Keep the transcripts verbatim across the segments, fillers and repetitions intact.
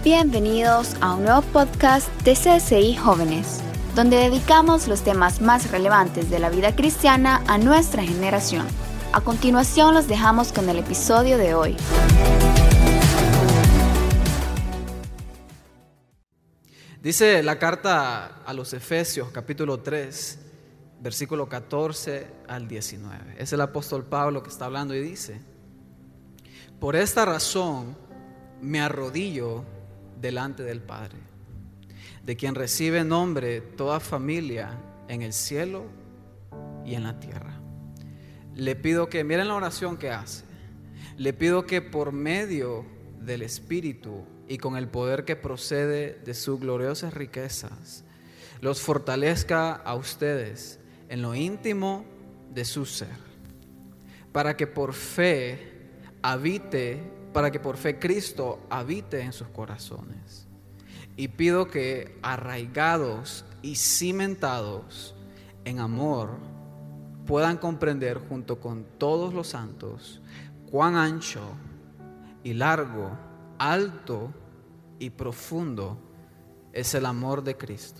Bienvenidos a un nuevo podcast de C S I Jóvenes, donde dedicamos los temas más relevantes de la vida cristiana a nuestra generación. A continuación los dejamos con el episodio de hoy. Dice la carta a los Efesios, capítulo tres, versículo catorce al diecinueve. Es el apóstol Pablo que está hablando y dice: por esta razón me arrodillo delante del Padre, de quien recibe nombre toda familia en el cielo y en la tierra. Le pido que, miren la oración que hace, le pido que por medio del Espíritu y con el poder que procede de sus gloriosas riquezas, los fortalezca a ustedes en lo íntimo de su ser, para que por fe habite, para que por fe Cristo habite en sus corazones. Y pido que, arraigados y cimentados en amor, puedan comprender junto con todos los santos cuán ancho y largo, alto y profundo es el amor de Cristo.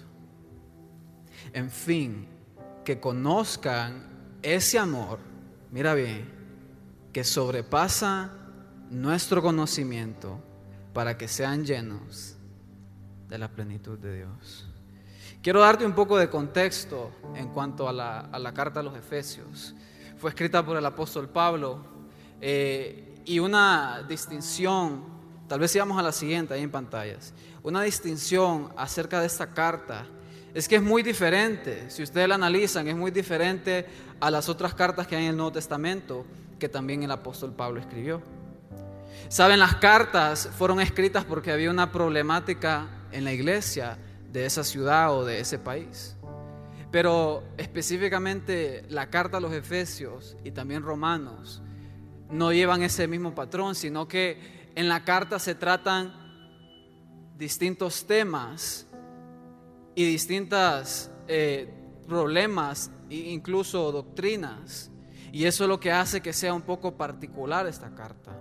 En fin, que conozcan ese amor, mira bien, que sobrepasa nuestro conocimiento, para que sean llenos de la plenitud de Dios. Quiero darte un poco de contexto en cuanto a la, a la carta a los Efesios. Fue escrita por el apóstol Pablo eh, y una distinción, tal vez íbamos a la siguiente ahí en pantallas, una distinción acerca de esta carta es que es muy diferente. Si ustedes la analizan, es muy diferente a las otras cartas que hay en el Nuevo Testamento que también el apóstol Pablo escribió. Saben, las cartas fueron escritas porque había una problemática en la iglesia de esa ciudad o de ese país. Pero específicamente la carta a los Efesios y también Romanos no llevan ese mismo patrón, sino que en la carta se tratan distintos temas y distintos eh, problemas e incluso doctrinas. Y eso es lo que hace que sea un poco particular esta carta.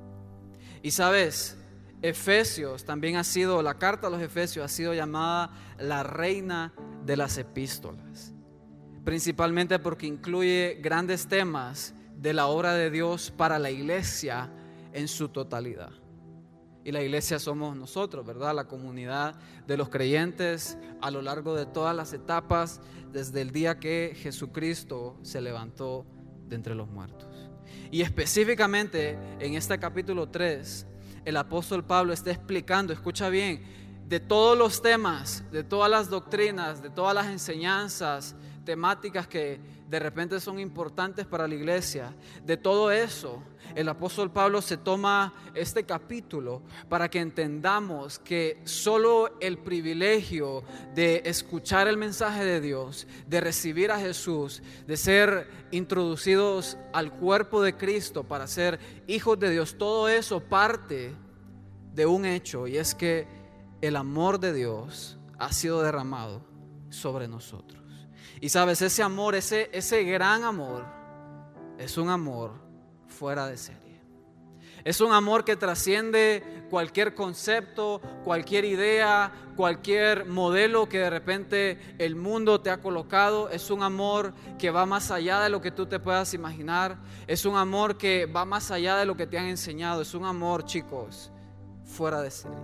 Y sabes, Efesios también ha sido, la carta a los Efesios ha sido llamada la reina de las epístolas, principalmente porque incluye grandes temas de la obra de Dios para la iglesia en su totalidad. Y la iglesia somos nosotros, ¿verdad? La comunidad de los creyentes a lo largo de todas las etapas, desde el día que Jesucristo se levantó de entre los muertos. Y específicamente en este capítulo tres, el apóstol Pablo está explicando, escucha bien, de todos los temas, de todas las doctrinas, de todas las enseñanzas, temáticas que de repente son importantes para la iglesia. De todo eso, el apóstol Pablo se toma este capítulo para que entendamos que solo el privilegio de escuchar el mensaje de Dios, de recibir a Jesús, de ser introducidos al cuerpo de Cristo para ser hijos de Dios, todo eso parte de un hecho, y es que el amor de Dios ha sido derramado sobre nosotros. Y sabes, ese amor, ese, ese gran amor, es un amor fuera de serie. Es un amor que trasciende cualquier concepto, cualquier idea, cualquier modelo que de repente el mundo te ha colocado. Es un amor que va más allá de lo que tú te puedas imaginar. Es un amor que va más allá de lo que te han enseñado. Es un amor, chicos, fuera de serie.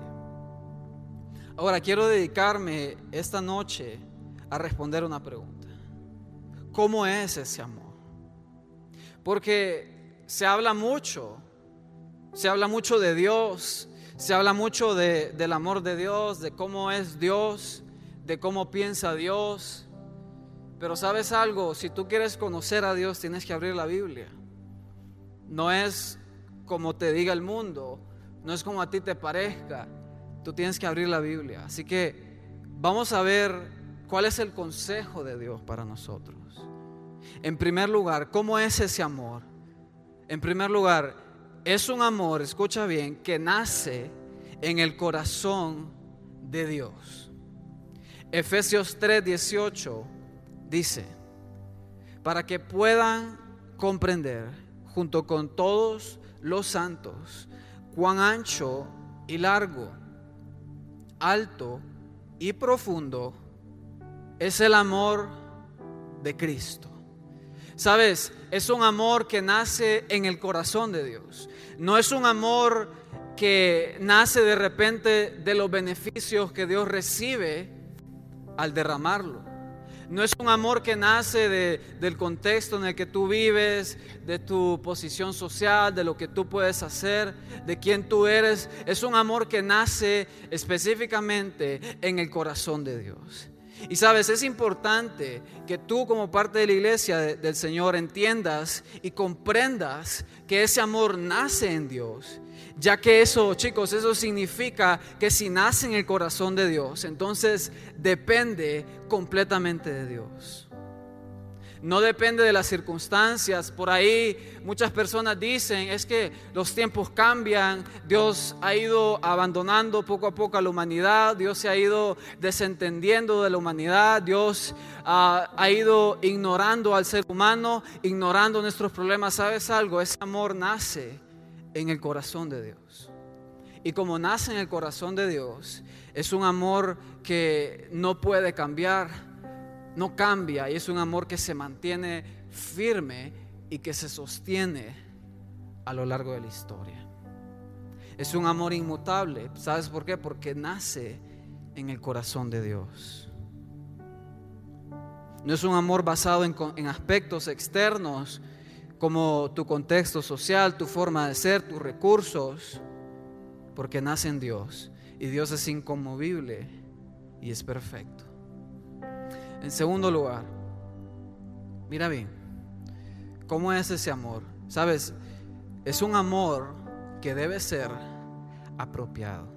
Ahora quiero dedicarme esta noche a responder una pregunta. ¿Cómo es ese amor? Porque se habla mucho, se habla mucho de Dios, se habla mucho de, del amor de Dios, de cómo es Dios, de cómo piensa Dios. Pero ¿sabes algo? Si tú quieres conocer a Dios, tienes que abrir la Biblia. No es como te diga el mundo, no es como a ti te parezca. Tú tienes que abrir la Biblia. Así que vamos a ver cuál es el consejo de Dios para nosotros. En primer lugar, ¿cómo es ese amor? En primer lugar, es un amor, escucha bien, que nace en el corazón de Dios. Efesios tres dieciocho dice: para que puedan comprender junto con todos los santos cuán ancho y largo, alto y profundo es el amor de Cristo. ¿Sabes? Es un amor que nace en el corazón de Dios. No es un amor que nace de repente de los beneficios que Dios recibe al derramarlo. No es un amor que nace de, del contexto en el que tú vives, de tu posición social, de lo que tú puedes hacer, de quién tú eres. Es un amor que nace específicamente en el corazón de Dios. Y sabes, es importante que tú como parte de la iglesia de, del Señor entiendas y comprendas que ese amor nace en Dios. Ya que eso, chicos, eso significa que si nace en el corazón de Dios, entonces depende completamente de Dios. No depende de las circunstancias. Por ahí muchas personas dicen, es que los tiempos cambian, Dios ha ido abandonando poco a poco a la humanidad, Dios se ha ido desentendiendo de la humanidad, Dios uh, ha ido ignorando al ser humano, ignorando nuestros problemas. ¿Sabes algo? Ese amor nace en el corazón de Dios. Y como nace en el corazón de Dios, es un amor que no puede cambiar. No cambia, y es un amor que se mantiene firme y que se sostiene a lo largo de la historia. Es un amor inmutable. ¿Sabes por qué? Porque nace en el corazón de Dios. No es un amor basado en, en aspectos externos como tu contexto social, tu forma de ser, tus recursos, porque nace en Dios, y Dios es inconmovible y es perfecto. En segundo lugar, mira bien, ¿cómo es ese amor? ¿Sabes? Es un amor que debe ser apropiado.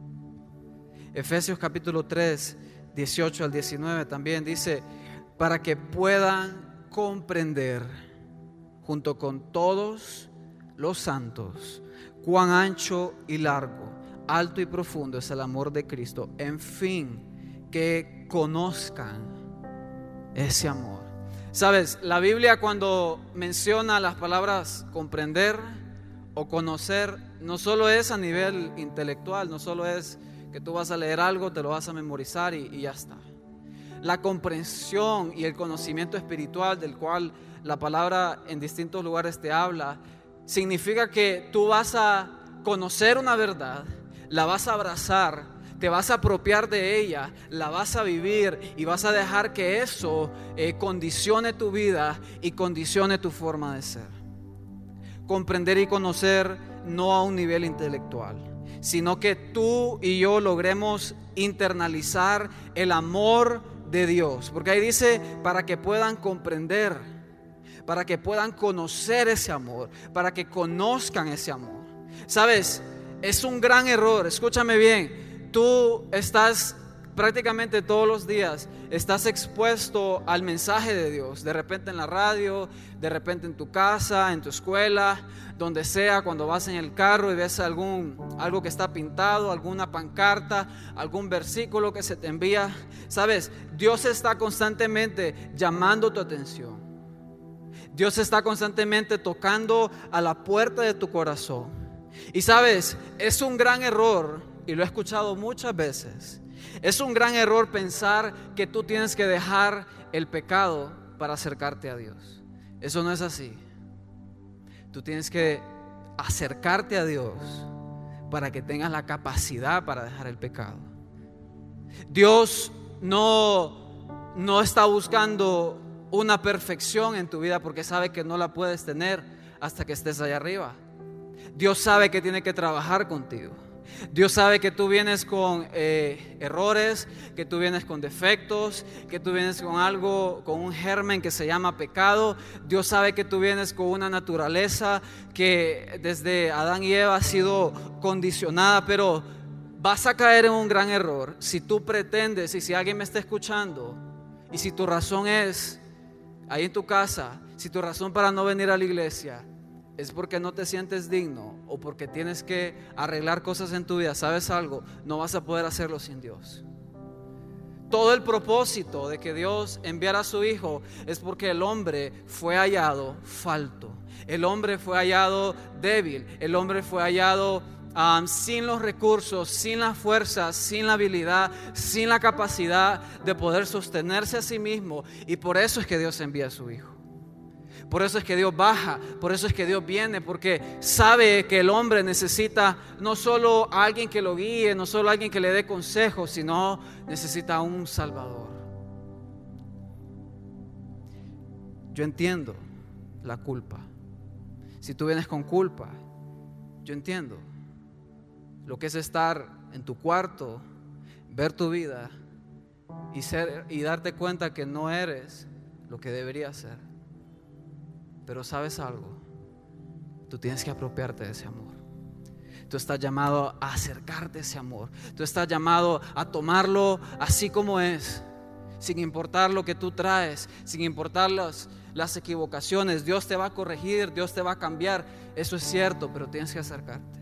Efesios capítulo tres, dieciocho al diecinueve también dice, para que puedan comprender junto con todos los santos cuán ancho y largo, alto y profundo es el amor de Cristo, en fin, que conozcan ese amor. Sabes, la Biblia cuando menciona las palabras comprender o conocer, no solo es a nivel intelectual, no solo es que tú vas a leer algo, te lo vas a memorizar y, y ya está. La comprensión y el conocimiento espiritual del cual la palabra en distintos lugares te habla, significa que tú vas a conocer una verdad, la vas a abrazar, te vas a apropiar de ella, la vas a vivir y vas a dejar que eso eh, condicione tu vida y condicione tu forma de ser. Comprender y conocer no a un nivel intelectual, sino que tú y yo logremos internalizar el amor de Dios. Porque ahí dice, para que puedan comprender, para que puedan conocer ese amor, para que conozcan ese amor. ¿Sabes? Es un gran error, escúchame bien. Tú estás prácticamente todos los días, estás expuesto al mensaje de Dios, de repente en la radio, de repente en tu casa, en tu escuela, donde sea, cuando vas en el carro y ves algún, algo que está pintado, alguna pancarta, algún versículo que se te envía. Sabes, Dios está constantemente llamando tu atención. Dios está constantemente tocando a la puerta de tu corazón. Y sabes, es un gran error, y lo he escuchado muchas veces, es un gran error pensar que tú tienes que dejar el pecado para acercarte a Dios. Eso no es así. Tú tienes que acercarte a Dios para que tengas la capacidad para dejar el pecado. Dios no, no está buscando una perfección en tu vida porque sabe que no la puedes tener hasta que estés allá arriba. Dios sabe que tiene que trabajar contigo. Dios sabe que tú vienes con eh, errores, que tú vienes con defectos, que tú vienes con algo, con un germen que se llama pecado. Dios sabe que tú vienes con una naturaleza que desde Adán y Eva ha sido condicionada, pero vas a caer en un gran error si tú pretendes, y si alguien me está escuchando, y si tu razón es ahí en tu casa, si tu razón para no venir a la iglesia es porque no te sientes digno o porque tienes que arreglar cosas en tu vida, ¿sabes algo? No vas a poder hacerlo sin Dios. Todo el propósito de que Dios enviara a su Hijo es porque el hombre fue hallado falto. El hombre fue hallado débil. El hombre fue hallado um, sin los recursos, sin las fuerzas, sin la habilidad, sin la capacidad de poder sostenerse a sí mismo. Y por eso es que Dios envía a su Hijo. Por eso es que Dios baja, por eso es que Dios viene, porque sabe que el hombre necesita no solo a alguien que lo guíe, no solo a alguien que le dé consejos, sino necesita a un Salvador. Yo entiendo la culpa. Si tú vienes con culpa, yo entiendo lo que es estar en tu cuarto, ver tu vida y, ser, y darte cuenta que no eres lo que deberías ser. Pero ¿sabes algo? Tú tienes que apropiarte de ese amor. Tú estás llamado a acercarte a ese amor. Tú estás llamado a tomarlo así como es, sin importar lo que tú traes, sin importar las, las equivocaciones. Dios te va a corregir, Dios te va a cambiar. Eso es cierto, pero tienes que acercarte.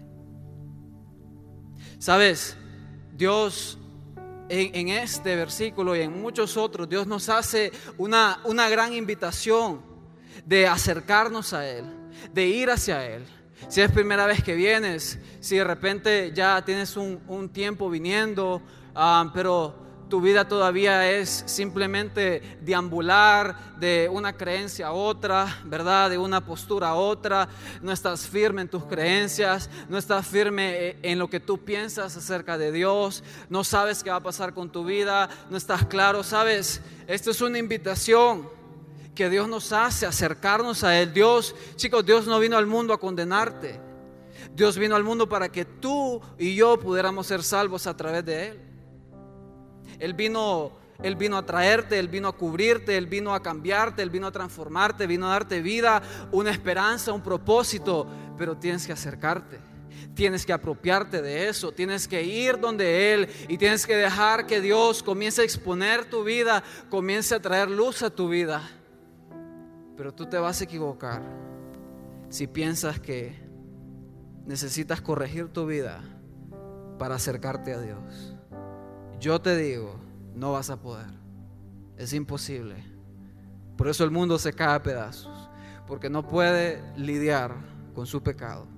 ¿Sabes? Dios en, en este versículo y en muchos otros, Dios nos hace una, una gran invitación de acercarnos a Él, de ir hacia Él. Si es primera vez que vienes, si de repente ya tienes un, un tiempo viniendo, um, pero tu vida todavía es simplemente deambular de una creencia a otra, ¿verdad? De una postura a otra. No estás firme en tus creencias, no estás firme en lo que tú piensas acerca de Dios, no sabes qué va a pasar con tu vida, no estás claro. ¿Sabes? Esto es una invitación que Dios nos hace acercarnos a Él. Dios, chicos, Dios no vino al mundo a condenarte. Dios vino al mundo para que tú y yo pudiéramos ser salvos a través de Él. Él vino, Él vino a traerte, Él vino a cubrirte, Él vino a cambiarte, Él vino a transformarte, vino a darte vida, una esperanza, un propósito. Pero tienes que acercarte, tienes que apropiarte de eso, tienes que ir donde Él y tienes que dejar que Dios comience a exponer tu vida, comience a traer luz a tu vida. Pero tú te vas a equivocar si piensas que necesitas corregir tu vida para acercarte a Dios. Yo te digo, no vas a poder. Es imposible. Por eso el mundo se cae a pedazos, porque no puede lidiar con su pecado.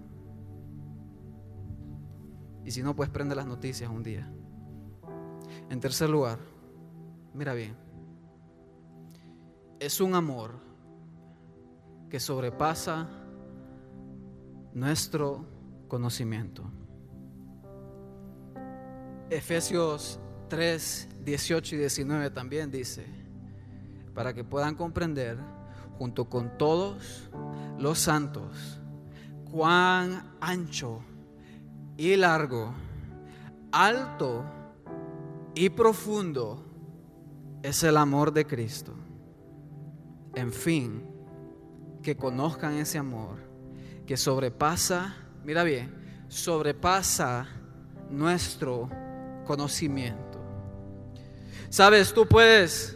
Y si no, pues prende las noticias un día. En tercer lugar, mira bien, es un amor que sobrepasa nuestro conocimiento. Efesios tres, dieciocho y diecinueve también dice, para que puedan comprender junto con todos los santos cuán ancho y largo, alto y profundo es el amor de Cristo. En fin, que conozcan ese amor que sobrepasa, mira bien, sobrepasa nuestro conocimiento. Sabes, tú puedes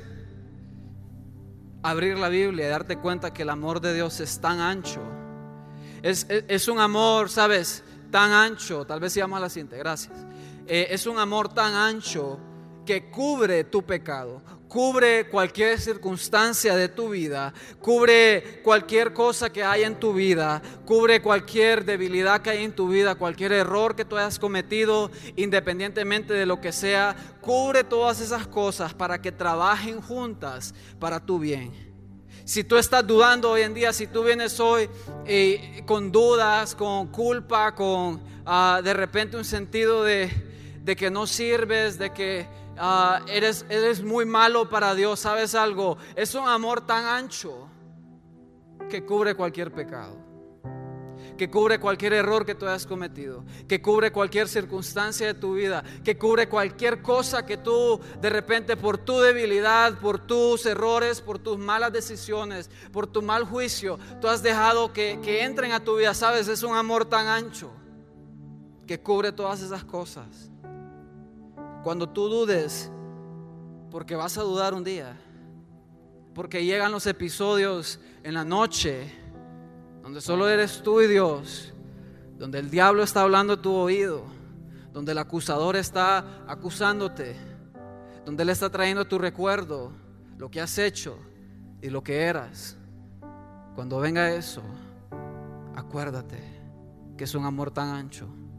abrir la Biblia y darte cuenta que el amor de Dios es tan ancho. Es, es, es un amor, sabes, tan ancho. Tal vez sigamos a la siguiente, gracias. Eh, es un amor tan ancho que cubre tu pecado, cubre cualquier circunstancia de tu vida, cubre cualquier cosa que hay en tu vida, cubre cualquier debilidad que hay en tu vida, cualquier error que tú hayas cometido, independientemente de lo que sea, cubre todas esas cosas para que trabajen juntas para tu bien. Si tú estás dudando hoy en día, si tú vienes hoy eh, con dudas, con culpa, con uh, de repente un sentido de, de que no sirves, de que Uh, eres, eres muy malo para Dios, ¿sabes algo? Es un amor tan ancho que cubre cualquier pecado, que cubre cualquier error que tú hayas cometido, que cubre cualquier circunstancia de tu vida, que cubre cualquier cosa que tú de repente por tu debilidad, por tus errores, por tus malas decisiones, por tu mal juicio, tú has dejado que, que entren a tu vida. ¿Sabes? Es un amor tan ancho que cubre todas esas cosas. Cuando tú dudes, porque vas a dudar un día, porque llegan los episodios en la noche donde solo eres tú y Dios, donde el diablo está hablando a tu oído, donde el acusador está acusándote, donde él está trayendo a tu recuerdo lo que has hecho y lo que eras. Cuando venga eso, acuérdate que es un amor tan ancho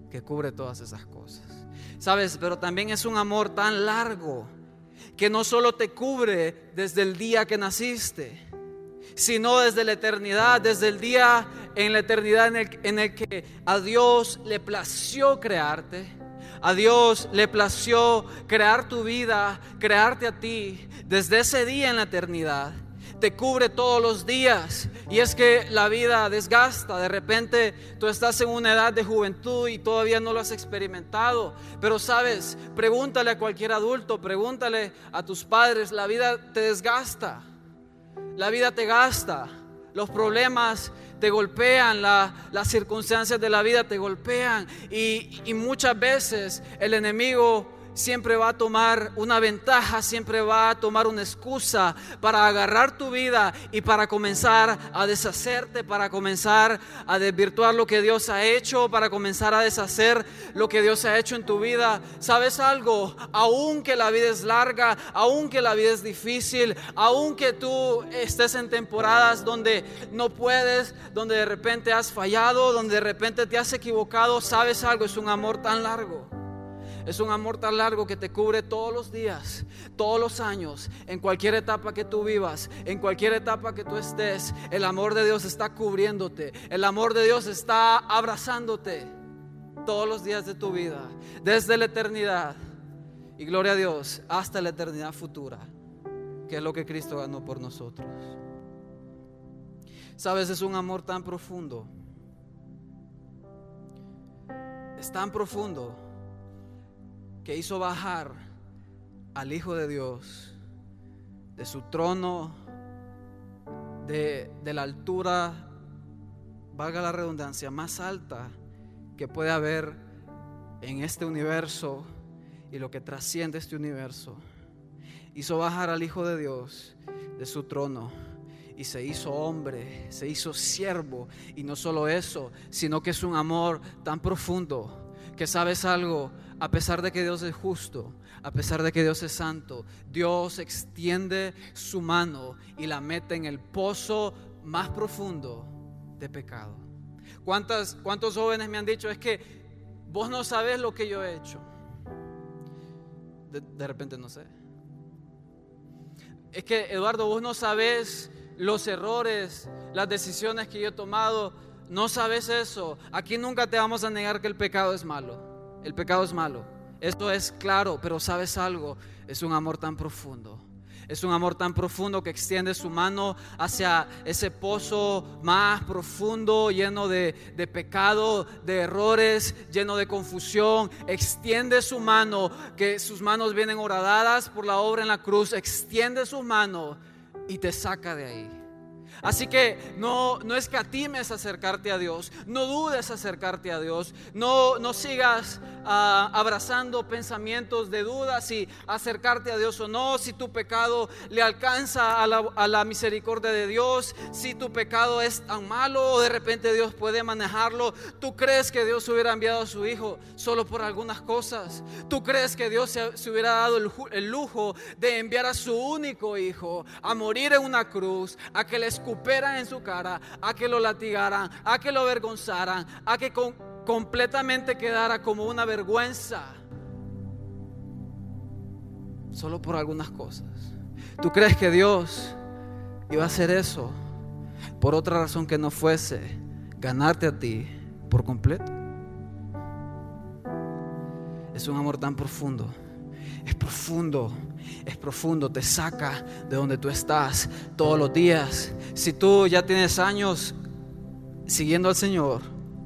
que cubre todas esas cosas. ¿Sabes? Pero también es un amor tan largo que no solo te cubre desde el día que naciste, sino desde la eternidad, desde el día en la eternidad en el, en el que a Dios le plació crearte. A Dios le plació crear tu vida, crearte a ti. Desde ese día en la eternidad te cubre todos los días. Y es que la vida desgasta. De repente tú estás en una edad de juventud y todavía no lo has experimentado. Pero sabes, pregúntale a cualquier adulto, pregúntale a tus padres, la vida te desgasta. La vida te gasta. Los problemas te golpean, la, las circunstancias de la vida te golpean. Y, y muchas veces el enemigo siempre va a tomar una ventaja, siempre va a tomar una excusa para agarrar tu vida y para comenzar a deshacerte, para comenzar a desvirtuar lo que Dios ha hecho, para comenzar a deshacer lo que Dios ha hecho en tu vida. ¿Sabes algo? Aunque la vida es larga, aunque la vida es difícil, aunque tú estés en temporadas donde no puedes, donde de repente has fallado, donde de repente te has equivocado, ¿sabes algo? Es un amor tan largo. Es un amor tan largo que te cubre todos los días, todos los años, en cualquier etapa que tú vivas, en cualquier etapa que tú estés. El amor de Dios está cubriéndote, el amor de Dios está abrazándote todos los días de tu vida, desde la eternidad, y gloria a Dios, hasta la eternidad futura, que es lo que Cristo ganó por nosotros. Sabes, es un amor tan profundo, es tan profundo, que hizo bajar al Hijo de Dios de su trono, de, de la altura, valga la redundancia, más alta que puede haber en este universo y lo que trasciende este universo. Hizo bajar al Hijo de Dios de su trono y se hizo hombre, se hizo siervo. Y no solo eso, sino que es un amor tan profundo que, ¿sabes algo? A pesar de que Dios es justo, a pesar de que Dios es santo, Dios extiende su mano y la mete en el pozo más profundo de pecado. ¿Cuántas, ¿Cuántos jóvenes me han dicho? Es que vos no sabes lo que yo he hecho. De, de repente no sé. Es que, Eduardo, vos no sabes los errores, las decisiones que yo he tomado. No sabes eso. Aquí nunca te vamos a negar que el pecado es malo. El pecado es malo, esto es claro, pero ¿sabes algo? Es un amor tan profundo. Es un amor tan profundo que extiende su mano hacia ese pozo más profundo, lleno de, de pecado, de errores, lleno de confusión. Extiende su mano, que sus manos vienen horadadas por la obra en la cruz. Extiende su mano y te saca de ahí. Así que no, no escatimes acercarte a Dios, no dudes acercarte a Dios, no, no sigas uh, abrazando pensamientos de dudas si acercarte a Dios o no, si tu pecado le alcanza a la, a la misericordia de Dios, si tu pecado es tan malo o de repente Dios puede manejarlo. ¿Tú crees que Dios hubiera enviado a su Hijo solo por algunas cosas? ¿Tú crees que Dios se, se hubiera dado el, el lujo de enviar a su único Hijo a morir en una cruz, a que le escupiera en su cara, a que lo latigaran, a que lo avergonzaran, a que con, completamente quedara como una vergüenza solo por algunas cosas? ¿Tú crees que Dios iba a hacer eso por otra razón que no fuese ganarte a ti por completo? Es un amor tan profundo. Es profundo, es profundo, te saca de donde tú estás todos los días. Si tú ya tienes años siguiendo al Señor,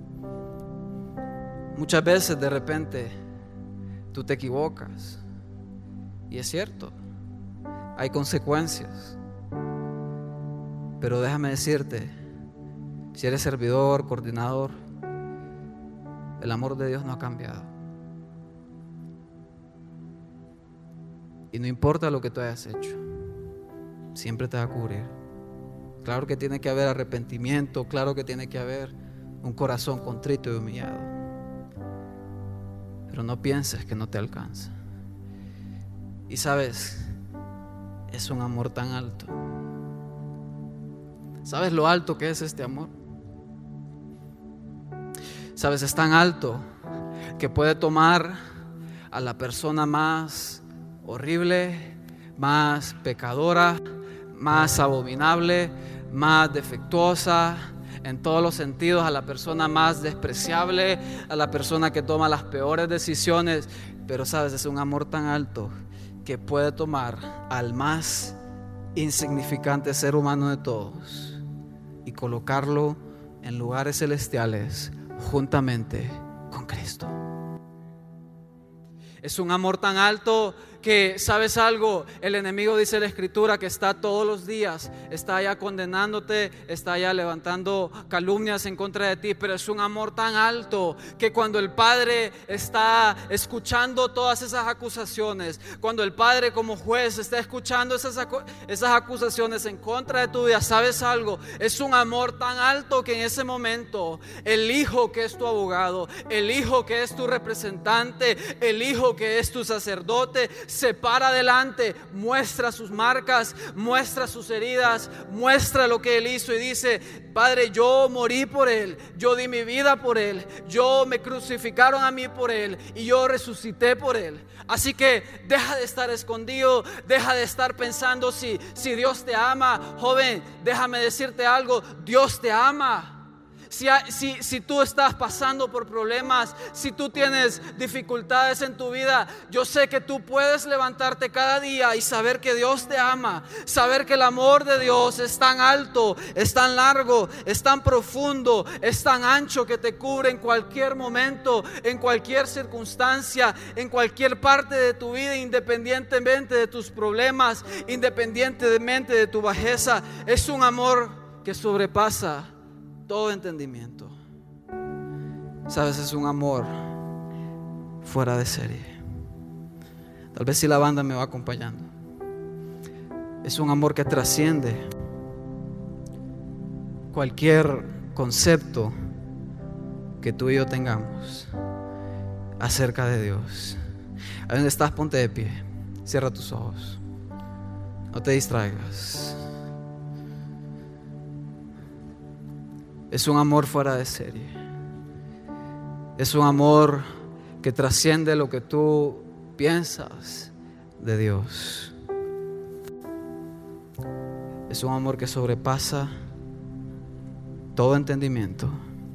muchas veces de repente tú te equivocas. Y es cierto, hay consecuencias. Pero déjame decirte, si eres servidor, coordinador, el amor de Dios no ha cambiado. Y no importa lo que tú hayas hecho, siempre te va a cubrir. Claro que tiene que haber arrepentimiento, claro que tiene que haber un corazón contrito y humillado. Pero no pienses que no te alcanza. Y sabes, es un amor tan alto. ¿Sabes lo alto que es este amor? Sabes, es tan alto que puede tomar a la persona más horrible, más pecadora, más abominable, más defectuosa en todos los sentidos, a la persona más despreciable, a la persona que toma las peores decisiones. Pero sabes, es un amor tan alto que puede tomar al más insignificante ser humano de todos y colocarlo en lugares celestiales juntamente con Cristo. Es un amor tan alto que, ¿sabes algo? El enemigo, dice la Escritura, que está todos los días, está allá condenándote, está allá levantando calumnias en contra de ti, pero es un amor tan alto que cuando el Padre está escuchando todas esas acusaciones, cuando el Padre como juez está escuchando esas, acu- esas acusaciones en contra de tu vida, ¿sabes algo? Es un amor tan alto que en ese momento el Hijo que es tu abogado, el Hijo que es tu representante, el Hijo que es tu sacerdote, se para adelante, muestra sus marcas, muestra sus heridas, muestra lo que Él hizo y dice: Padre, yo morí por Él, yo di mi vida por Él, yo me crucificaron a mí por Él y yo resucité por Él. Así que deja de estar escondido, deja de estar pensando si, si Dios te ama. Joven, déjame decirte algo, Dios te ama. Si, si, si tú estás pasando por problemas, si tú tienes dificultades en tu vida, yo sé que tú puedes levantarte cada día y saber que Dios te ama, saber que el amor de Dios es tan alto, es tan largo, es tan profundo, es tan ancho que te cubre en cualquier momento, en cualquier circunstancia, en cualquier parte de tu vida, independientemente de tus problemas, independientemente de tu bajeza. Es un amor que sobrepasa todo entendimiento. Sabes, es un amor fuera de serie. Tal vez si la banda me va acompañando. Es un amor que trasciende cualquier concepto que tú y yo tengamos acerca de Dios. Ahí donde estás, ponte de pie. Cierra tus ojos. No te distraigas. Es un amor fuera de serie. Es un amor que trasciende lo que tú piensas de Dios. Es un amor que sobrepasa todo entendimiento.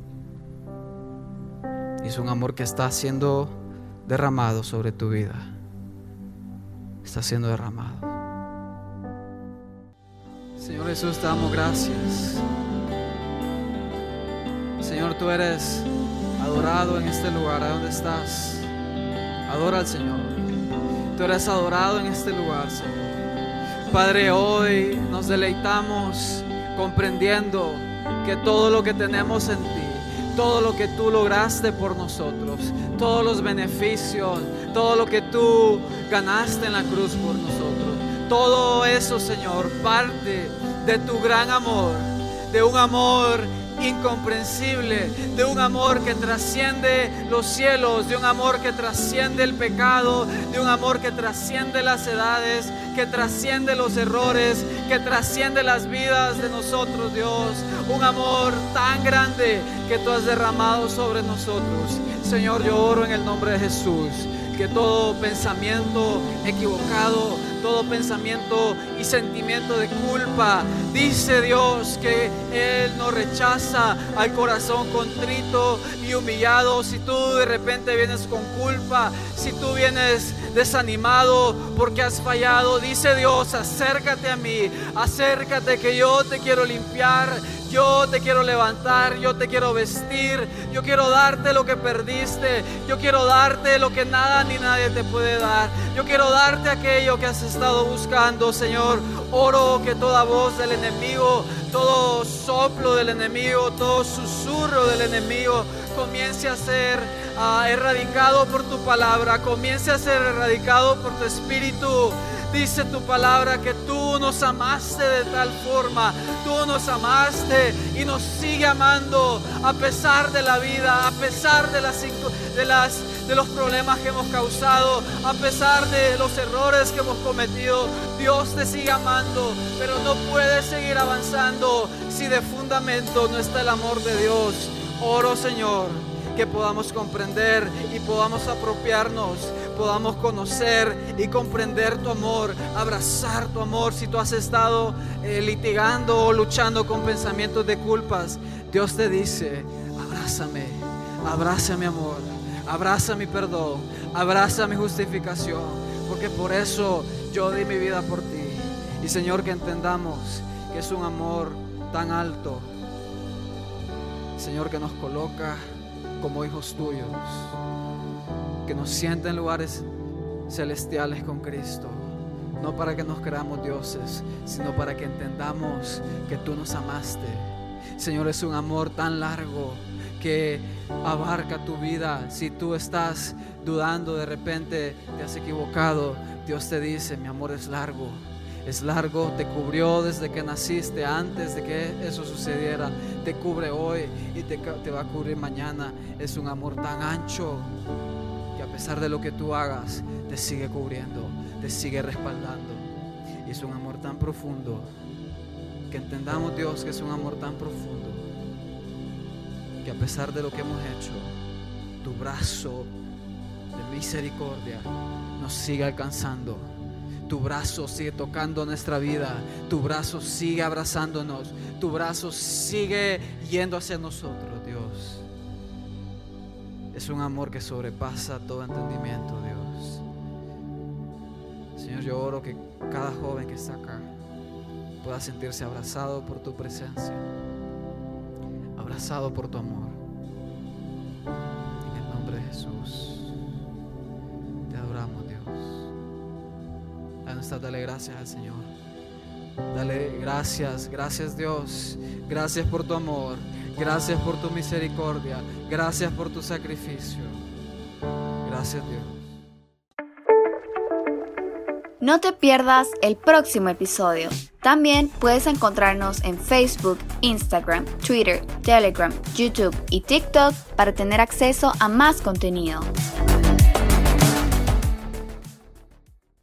Y es un amor que está siendo derramado sobre tu vida. Está siendo derramado. Señor Jesús, te damos gracias. Señor, tú eres adorado en este lugar. ¿A dónde estás? Adora al Señor. Tú eres adorado en este lugar, Señor. Padre, hoy nos deleitamos comprendiendo que todo lo que tenemos en ti, todo lo que tú lograste por nosotros, todos los beneficios, todo lo que tú ganaste en la cruz por nosotros, todo eso, Señor, parte de tu gran amor, de un amor incomprensible, de un amor que trasciende los cielos, de un amor que trasciende el pecado, de un amor que trasciende las edades, que trasciende los errores, que trasciende las vidas de nosotros, Dios. Un amor tan grande que tú has derramado sobre nosotros. Señor, yo oro en el nombre de Jesús que todo pensamiento equivocado, todo pensamiento y sentimiento de culpa, dice Dios que Él no rechaza al corazón contrito y humillado. Si tú de repente vienes con culpa, si tú vienes desanimado porque has fallado, dice Dios: acércate a mí, acércate que yo te quiero limpiar, yo te quiero levantar, yo te quiero vestir, yo quiero darte lo que perdiste, yo quiero darte lo que nada ni nadie te puede dar, yo quiero darte aquello que has estado buscando. Señor, oro que toda voz del enemigo, todo soplo del enemigo, todo susurro del enemigo comience a ser uh, erradicado por tu palabra, comience a ser erradicado por tu espíritu. Dice tu palabra que tú nos amaste de tal forma, tú nos amaste y nos sigue amando a pesar de la vida, a pesar de las, de las de los problemas que hemos causado, a pesar de los errores que hemos cometido. Dios te sigue amando, pero no puedes seguir avanzando si de fundamento no está el amor de Dios. Oro, Señor, que podamos comprender y podamos apropiarnos, podamos conocer y comprender tu amor, abrazar tu amor. Si tú has estado eh, litigando o luchando con pensamientos de culpas, Dios te dice: abrázame, abraza mi amor, abraza mi perdón, abraza mi justificación, porque por eso yo di mi vida por ti. Y Señor, que entendamos que es un amor tan alto, Señor, que nos coloca como hijos tuyos, que nos sienta en lugares celestiales con Cristo, no para que nos creamos dioses, sino para que entendamos que tú nos amaste. Señor, es un amor tan largo que abarca tu vida. Si tú estás dudando, de repente te has equivocado, Dios te dice: mi amor es largo. Es largo, te cubrió desde que naciste, antes de que eso sucediera, te cubre hoy y te, te va a cubrir mañana. Es un amor tan ancho que a pesar de lo que tú hagas, te sigue cubriendo, te sigue respaldando. Y es un amor tan profundo, que entendamos, Dios, que es un amor tan profundo, que a pesar de lo que hemos hecho, tu brazo de misericordia nos sigue alcanzando. Tu brazo sigue tocando nuestra vida, tu brazo sigue abrazándonos, tu brazo sigue yendo hacia nosotros, Dios. Es un amor que sobrepasa todo entendimiento, Dios. Señor, yo oro que cada joven que está acá pueda sentirse abrazado por tu presencia, abrazado por tu amor. En el nombre de Jesús, te adoramos, Dios. Dale gracias al Señor. Dale gracias, gracias Dios. Gracias por tu amor. Gracias por tu misericordia. Gracias por tu sacrificio. Gracias, Dios. No te pierdas el próximo episodio. También puedes encontrarnos en Facebook, Instagram, Twitter, Telegram, YouTube y TikTok para tener acceso a más contenido.